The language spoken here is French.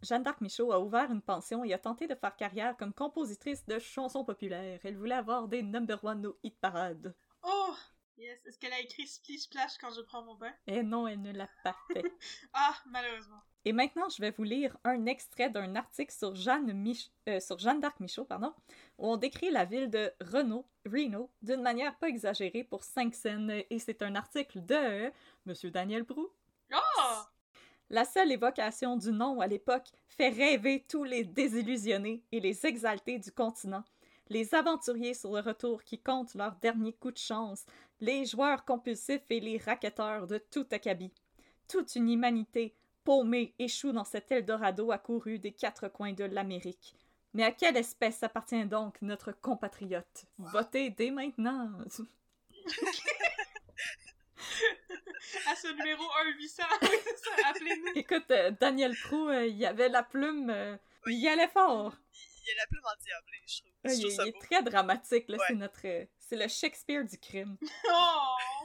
Jeanne d'Arc Michaud a ouvert une pension et a tenté de faire carrière comme compositrice de chansons populaires. Elle voulait avoir des number one au hit parade. Oh! Yes. Est-ce qu'elle a écrit Splish Splash quand je prends mon bain? Et non, elle ne l'a pas fait. Ah, malheureusement. Et maintenant, je vais vous lire un extrait d'un article sur Jeanne d'Arc Michaud, où on décrit la ville de Reno, d'une manière pas exagérée pour 5 scènes, et c'est un article de Monsieur Daniel Brou. Oh! La seule évocation du nom à l'époque fait rêver tous les désillusionnés et les exaltés du continent. Les aventuriers sur le retour qui comptent leur dernier coup de chance, les joueurs compulsifs et les racketteurs de tout acabit. Toute une humanité paumée échoue dans cet Eldorado accouru des 4 coins de l'Amérique. Mais à quelle espèce appartient donc notre compatriote? Votez dès maintenant! À ce numéro 1-800, appelez-nous! Écoute, Daniel Prou, il avait la plume, il y allait fort! Il y a la plume endiablée, je trouve. Il est très dramatique, là, c'est le Shakespeare du crime. Oh!